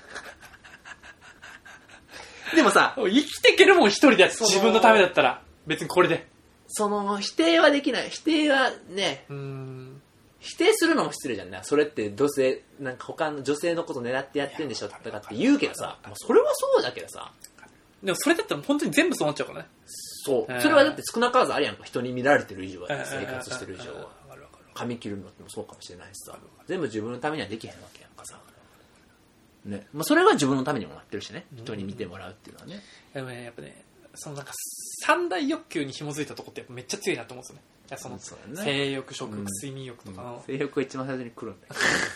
でもさ、 生きていけるもん一人で自分のためだったら、別にこれで。 否定はできない。否定はね、否定するのも失礼じゃんね。それってどうせ、なんか他の女性のこと狙ってやってんでしょとかって言うけどさ、それはそうだけどさ。 でもそれだったら本当に全部そうなっちゃうからね。 そう。それはだって少なからずあるやんか。人に見られてる以上は、生活してる以上は。髪切るのってもそうかもしれないしさ、全部自分のためにはできへんわけやんかさ。ね。まあそれは自分のためにもなってるしね。人に見てもらうっていうのはね。 でもね、やっぱね、そのなんか三大欲求に紐づいたとこってやっぱめっちゃ強いなと思うんですよね。いやその性欲、食欲、睡眠欲とかの。 性欲が一番最初に来るんだよ。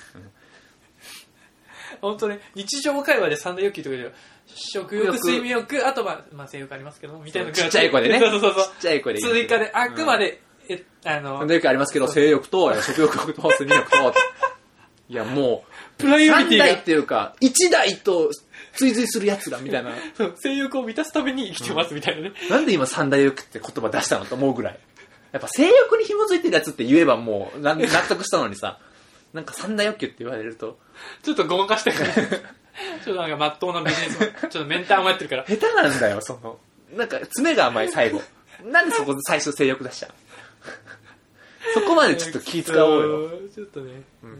本当ね、日常会話で三大欲求とかで食欲、睡眠欲、あとまあ性欲ありますけどみたいなちっちゃい声でね。 そう。 ちっちゃい声で。 追加であくまで三大欲ありますけど、性欲と食欲と睡眠欲と。いやもうプライオリティが 3台っていうか1台と追随するやつらみたいな。 性欲を満たすために生きてますみたいなね。 なんで今三大欲って言葉出したのと思うぐらい。やっぱ性欲に紐づいてるやつって言えばもう納得したのにさ、なんか三大欲求って言われるとちょっとごまかしてるからちょっとなんか真っ当なビジネスマンちょっとメンターもやってるから下手なんだよ。なんか爪が甘い最後なんでそこで最初性欲出したのそこまでちょっと気使おうよ。 ちょっとね、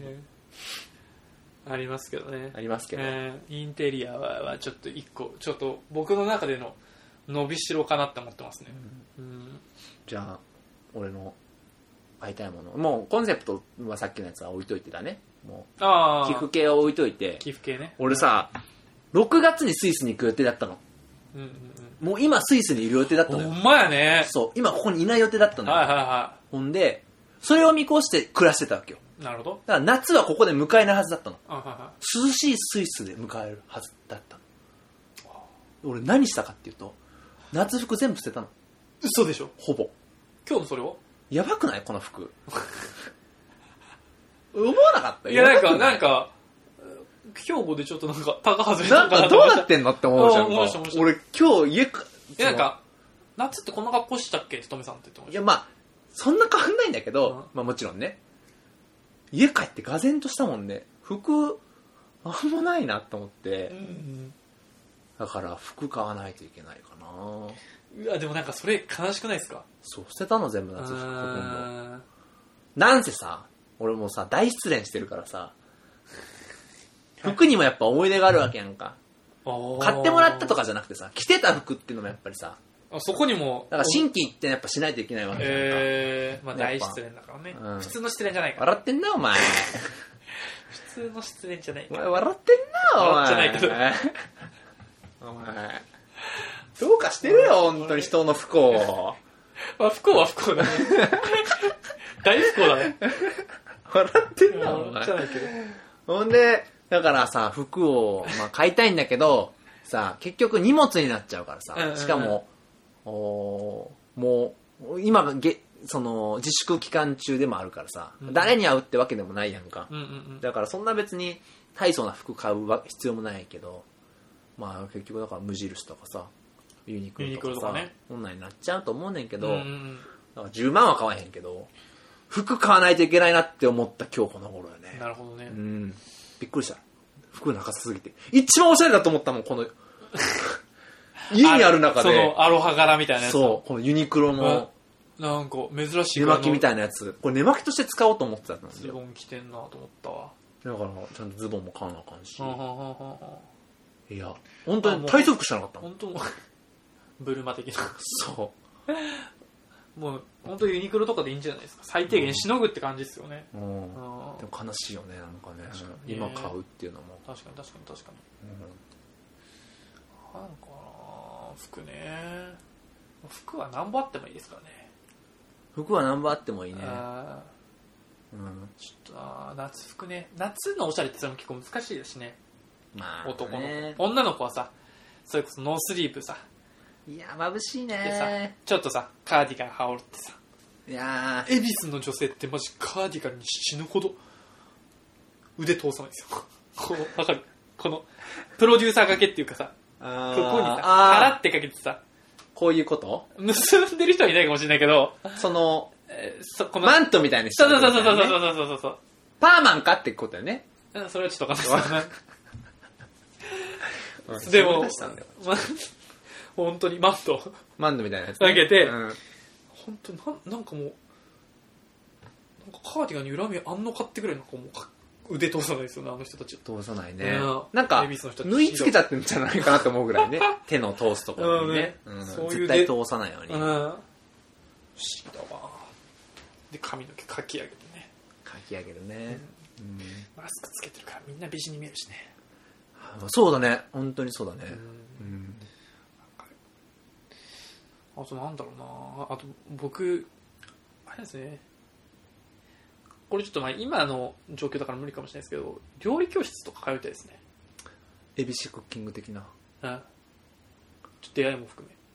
ありますけどね。 ありますけど。 インテリアはちょっと一個、ちょっと僕の中での伸びしろかなって思ってますね。 じゃあ、俺の買いたいもの。もうコンセプトはさっきのやつは置いといてだね。もう、寄付系を置いといて。 寄付系ね。 俺さ、6月にスイスに行く予定だったの。もう今スイスにいる予定だったのよ。 ほんまやね。 そう、今ここにいない予定だったのよ。ほんで、それを見越して暮らしてたわけよ。 なるほど。 だから夏はここで迎えないはずだったの。涼しいスイスで迎えるはずだったの。俺何したかっていうと、夏服全部捨てたの。 嘘でしょ。 ほぼ。 今日のそれをやばくないこの服。思わなかった。 いやなんか兵庫でちょっとなんかタガ外れたのかな。どうなってんのって思うじゃんか。俺今日家か。 なんか夏ってこんな格好したっけひとめさんって言ってました。 いやまあそんな変わんないんだけど、まあもちろんね。家帰ってがぜんとしたもんね。服あんまないなと思って、だから服買わないといけないかな。 いやでもなんかそれ悲しくないですか。 そう捨てたの全部夏服今度。なんせさ俺もさ大失恋してるからさ服にもやっぱ思い出があるわけやんか。買ってもらったとかじゃなくてさ着てた服っていうのもやっぱりさそこにもだから新規ってやっぱしないといけないわけじゃんか。 まあ大失恋だからね、普通の失恋じゃないから。 笑ってんなお前普通の失恋じゃないお前笑ってんなお前笑ってないけどお前どうかしてるよ本当に人の不幸まあ不幸は不幸だね大不幸だね笑ってんなお前じゃないけど。 ほんでだからさ服を、まあ、買いたいんだけどさ結局荷物になっちゃうからさ、しかももう今その自粛期間中でもあるからさ、誰に会うってわけでもないやんか、だからそんな別に大層な服買う必要もないけど、まあ結局だから無印とかさユニクロとかさこんなんになっちゃうと思うねんけど、だから10万は買わへんけど服買わないといけないなって思った今日この頃よね。 なるほどね。 びっくりした。服なかさすぎて一番おしゃれだと思ったもんこの家にある中でそのアロハ柄みたいなやつ。 そうこのユニクロのなんか珍しい寝巻きみたいなやつ。これ寝巻きとして使おうと思ってたんですよ。 ズボン着てんなと思ったわ。 だからちゃんとズボンも買わなあかんし、いや本当に体操服しなかったもん。 本当ブルマ的なそうもう本当にユニクロとかでいいんじゃないですか。最低限しのぐって感じですよね。 でも悲しいよねなんかね今買うっていうのも。 確かに、なんかな服ね。服は何本あってもいいですからね。 服は何本あってもいいね。 ちょっと夏服ね。夏のおしゃれってそれも結構難しいですしね。 まあ、 男の子女の子はさそれこそノースリーブさ、 いや眩しいねでさちょっとさカーディガン羽織ってさ、 いや恵比寿の女性ってマジカーディガンに死ぬほど腕通さないですよこうわかるこのプロデューサー掛けっていうかさここにさ払ってかけてさこういうこと結んでる人はいないかもしれないけどそのこのマントみたいにしてそうパーマンかってことだよね。 それはちょっと分かんないですでも本当にマントみたいなやつかけて、本当になんかもうなんかカーディガンに恨みあんの買ってくれなんかもう腕通さないですよねあの人たち。 通さないね。なんか縫い付けちゃってるんじゃないかなと思うぐらいね手の通すところにね、そういう絶対通さないように。不思議だわ。で髪の毛かき上げてね。 かき上げるね、 マスクつけてるからみんな美人に見えるしね。 そうだね本当にそうだね。 あとなんだろうなあと僕あれですねこれちょっとまあ今の状況だから無理かもしれないですけど料理教室とか通いたいですね。 エビシクッキング的な。 ちょっと出会いも含め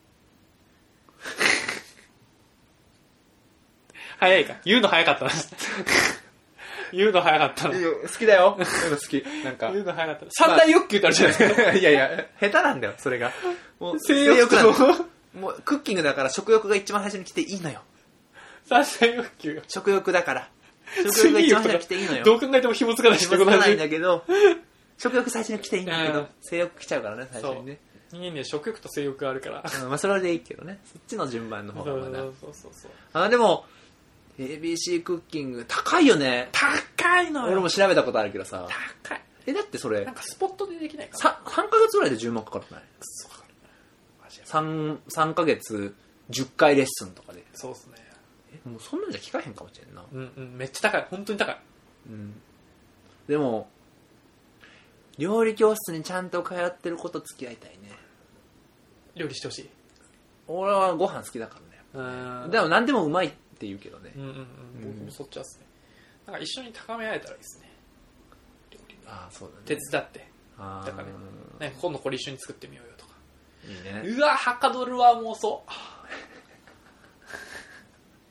早いか言うの早かったな言うの早かったな。 好きだよ。そういうの好き。なんか言うの早かったな。三大欲求ってあるじゃないですか。 いやいや下手なんだよそれが。もう性欲なんだ。 もうクッキングだから食欲が一番最初に来ていいのよ。 三大欲求が。 食欲だから。食欲が一番最初に来ていいのよ。 どう考えても紐つかないし。 紐つかないんだけど、食欲最初に来ていいんだけど、性欲来ちゃうからね最初にね。 人間には食欲と性欲があるからまあそれでいいけどね、そっちの順番の方がまだ。 そうでも ABC クッキング高いよね。 高いのよ。 俺も調べたことあるけどさ、 高い。 だってそれなんかスポットでできないかな。3ヶ月ぐらいで10万かかってない？そうかかる。3ヶ月10回レッスンとかで。 そうっすね。 もうそんなんじゃ効かへんかもしれんな。 めっちゃ高い。本当に高い。 でも料理教室にちゃんと通ってる子と付き合いたいね。 料理してほしい。 俺はご飯好きだからね。でも何でもうまいって言うけどね。 僕もそっちはっすね。なんか一緒に高め合えたらいいですね。料理。 そうだね。 手伝って。だからね、今度これ一緒に作ってみようよとか。 いいね。 うわ、はかどるわ、もうそう。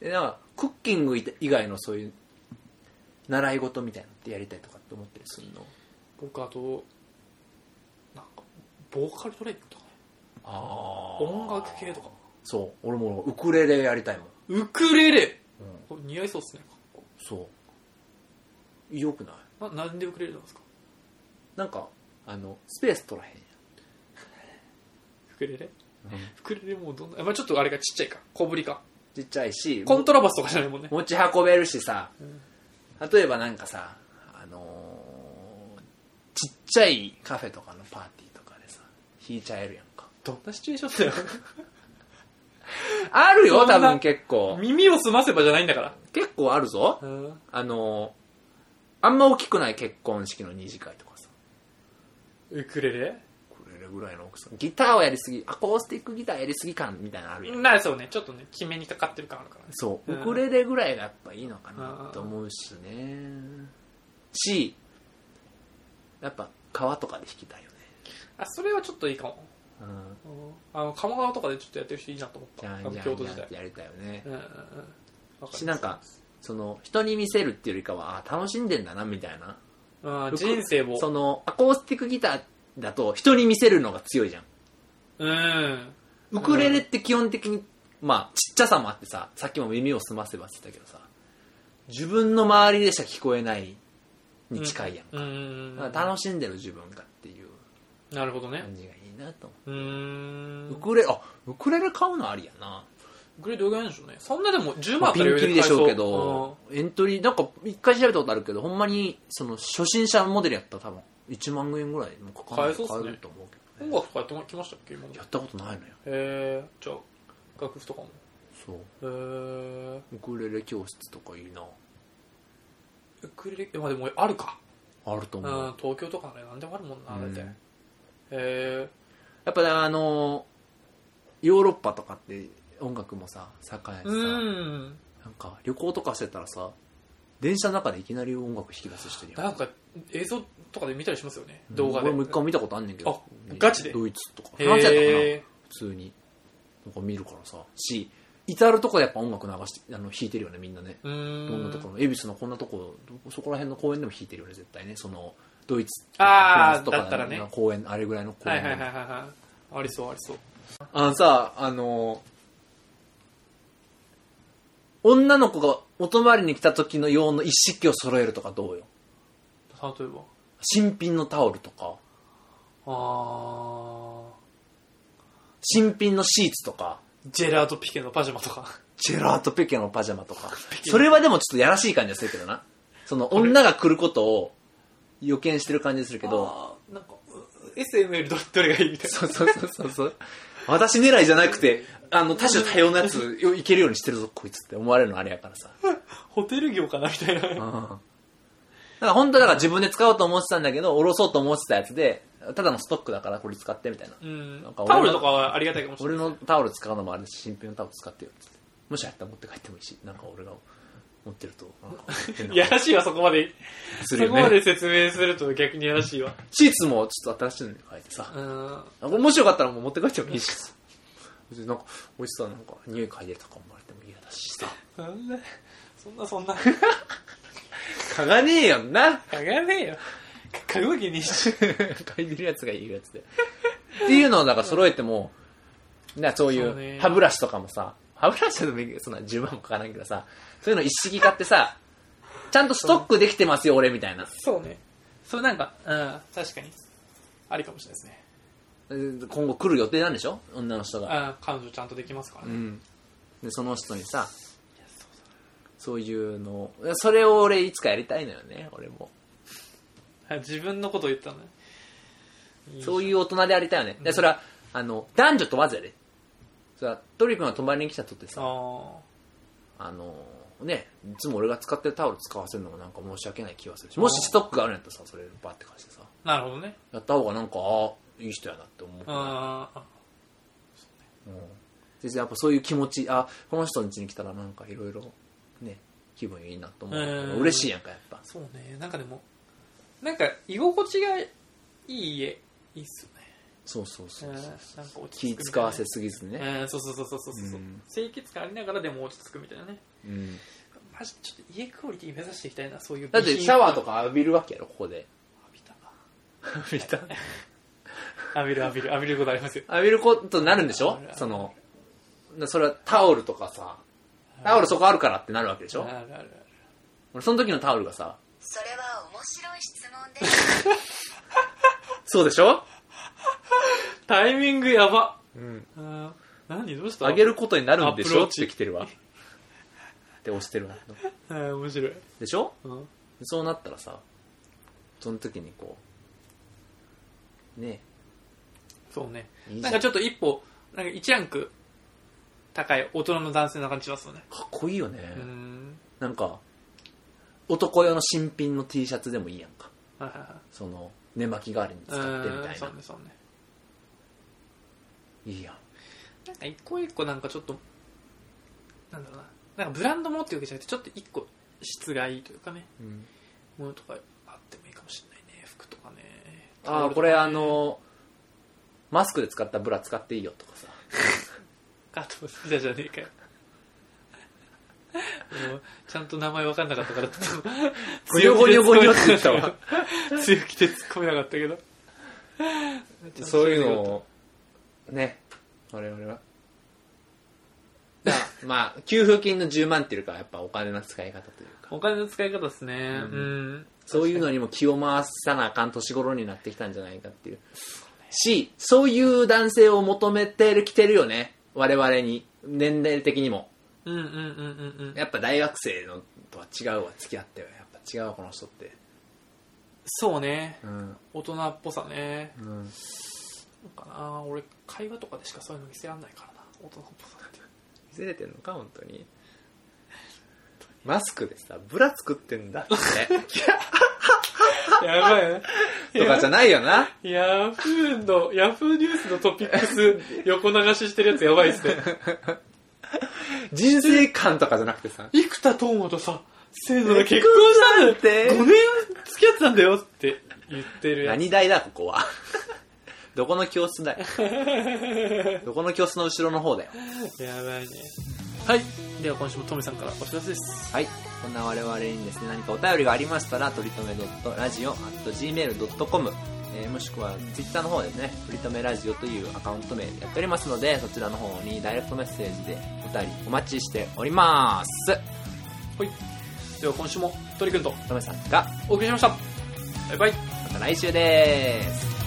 なんかクッキング以外のそういう習い事みたいなのってやりたいとかって思ったりするの？ 僕あとなんかボーカルトレーニングとかね。音楽系とか。 そう、俺もウクレレやりたいもん。 ウクレレ、似合いそうっすね。 そうよくない？ なんでウクレレなんですか？ なんかスペース取らへんやん。 ウクレレ？ウクレレもうどんな、ちょっとあれがちっちゃいか、小ぶりか。 ちっちゃいし、 コントラバスとかじゃないもんね。 持ち運べるしさ、例えばなんかさ、ちっちゃいカフェとかのパーティーとかでさ弾いちゃえるやんか。 どんなシチュエーションだよあるよ多分。結構耳を澄ませばじゃないんだから。 結構あるぞ。あんま大きくない結婚式の二次会とかさ。 ウクレレぐらいの大きさ。ギターをやりすぎ、アコースティックギターやりすぎ感みたいなのあるやん。 そうね、ちょっとね、決めにかかってる感あるからね。 そう、ウクレレぐらいがやっぱいいのかなと思うしね。やっぱ川とかで弾きたいよね。 それはちょっといいかも。鴨川とかでちょっとやってる人いいなと思った。京都時代やりたいよね。なんか人に見せるっていうよりかは楽しんでんだなみたいな。 人生をアコースティックギターだと人に見せるのが強いじゃん。ウクレレって基本的にちっちゃさもあってさ、さっきも耳を澄ませばって言ったけどさ、自分の周りでしか聞こえないに近いやんか。だから楽しんでる自分がっていうなるほどね感じがいいなと思う。ウクレレ買うのありやな。 ウクレレどれぐらいなんでしょうね。そんなでも10万あったらピンキリでしょうけど、エントリーなんか一回調べたことあるけど、ほんまに初心者モデルやったら多分1万円ぐらいもかかると思うけどね。 音楽とかやってきましたっけ？今やったことないのよ。 じゃあ楽譜とかも。 そうウクレレ教室とかいいな。 ウクレレでもあるか。 あると思う。 東京とかね、なんでもあるもんな。だってやっぱヨーロッパとかって音楽もさ栄えてさ、なんか旅行とかしてたらさ、電車の中でいきなり音楽弾き出す人になんか映像とかで見たりしますよね、動画で。 俺も一回見たことあんねんけど。 ガチでドイツとかフランスやったかな、普通になんか見るからさ。至るとこでやっぱ音楽流して弾いてるよね、みんなね。どんなところ、恵比寿のこんなとこ、そこら辺の公園でも弾いてるよね、絶対ね。ドイツとかフランスとかの公園、あれぐらいの公園。 ありそうありそう。 女の子がお泊まりに来た時の用の一式を揃えるとかどうよ。 例えば新品のタオルとか、新品のシーツとか、 ジェラートピケのパジャマとか。 ジェラートピケのパジャマとか。それはでもちょっとやらしい感じがするけどな。女が来ることを予見してる感じするけど。 なんか SML どれがいいみたいな。 そう私狙いじゃなくて多種多様なやついけるようにしてるぞこいつって思われるのあれやからさ。 ホテル業かなみたいな。 だから本当だから自分で使おうと思ってたんだけど、下ろそうと思ってたやつで、ただのストックだからこれ使ってみたいな。 なんかタオルとかはありがたいかもしれない。 俺のタオル使うのもあれだし、新品のタオル使ってよって。もしあったら持って帰ってもいいし、なんか俺が持ってるといやらしいわ、そこまで。そこまで説明すると逆にやらしいわ。 シーツもちょっと新しいのに変えてさ。もしよかったらもう持って帰ってもいいし。なんかおいしそうな、なんか匂い嗅いでとか思われても嫌だしさ。 そんな嗅がねえよな。 嗅がねえよ。嗅ぐわけねえし。 嗅いでるやつがいいやつで。っていうのをだから揃えても、そういう歯ブラシとかもさ、歯ブラシでもそんな10万もかからんけどさ、そういうの一式買ってさ、ちゃんとストックできてますよ俺みたいな。 そうね。それなんか、確かにありかもしれないですね。 今後来る予定なんでしょ、女の人が。 彼女ちゃんとできますからね。 でその人にさ、そういうの、それを俺いつかやりたいのよね、俺も。 自分のこと言ったのね。 そういう大人でありたいよね。でそれは男女問わずやで。それはトリ君が泊まりに来たとってさ、ね、いつも俺が使ってるタオル使わせるのもなんか申し訳ない気がするし、もしストックがあるんやったらさ、それバッて貸してさ、 なるほどね、 やった方がなんかいい人やなって思う。先生やっぱそういう気持ち、この人の家に来たらなんかいろいろね気分いいなと思う。嬉しいやんか、やっぱ。 そうね、なんかでもなんか居心地がいい家いいっすよね。 そうそうそうそう、 なんか落ち着く気使わせすぎずにね。 そうそうそうそうそう、清潔感ありながらでも落ち着くみたいなね。マジちょっと家クオリティ目指していきたいな、そういう。 だってシャワーとか浴びるわけやろ、ここで。浴びた浴びることありますよ。 浴びることになるんでしょ。それはタオルとかさ、タオルそこあるからってなるわけでしょ。俺その時のタオルがさ、 それは面白い質問ですそうでしょ。 タイミングやば。何どうした？ あげることになるんでしょって来てるわ。って押してるわ。 面白い。 でしょ？そうなったらさ、その時にこうね。 そうね。なんかちょっと一歩なんか1ランク高い大人の男性な感じしますよね。 かっこいいよね。なんか男用の新品の T シャツでもいいやんか。その寝巻き代わりに使ってみたいな。 そうねそうね。 いいやん。 なんか一個一個なんかちょっとなんだろうな、なんかブランドもっていうわけじゃなくてちょっと一個質がいいというかね、ものとかあってもいいかもしれないね。服とかね。 これマスクで使ったブラ使っていいよとかさ。 カット好きだじゃねえかよ。ちゃんと名前分かんなかったからゴニョゴニョゴニョって言ったわ。 強気で突っ込めなかったけど。 そういうのをね、我々は。まあ給付金の10万っていうかやっぱお金の使い方というか。 お金の使い方ですね。 そういうのにも気を回さなあかん年頃になってきたんじゃないかっていう。し、そういう男性を求めてきてるよね。我々に年齢的にも。やっぱ大学生のとは違うわ、付き合ってはやっぱ違うわこの人って。 そうね、大人っぽさね。なんかな、俺会話とかでしかそういうの見せらんないからな、大人っぽさって。 見せれてんのか本当に。マスクでさブラ作ってんだってやばいねとかじゃないよな。 ヤフーニュースのトピックス横流ししてるやつやばいっすね。 人生観とかじゃなくてさ、 生田斗真とさせーので結婚したんだって5年付き合ってたんだよって言ってるやつ。 何代だここは。どこの教室だよ。どこの教室の後ろの方だよ。 やばいね。はい、では今週もトミさんからお知らせです。 はい、こんな我々にですね何かお便りがありましたらとりとめ.radio@gmail.com、もしくはツイッターの方ですね、とりとめラジオというアカウント名でやっておりますので、そちらの方にダイレクトメッセージでお便りお待ちしております。はい、 では今週もトリくんとトメさんがお送りしました。バイバイ。 また来週です。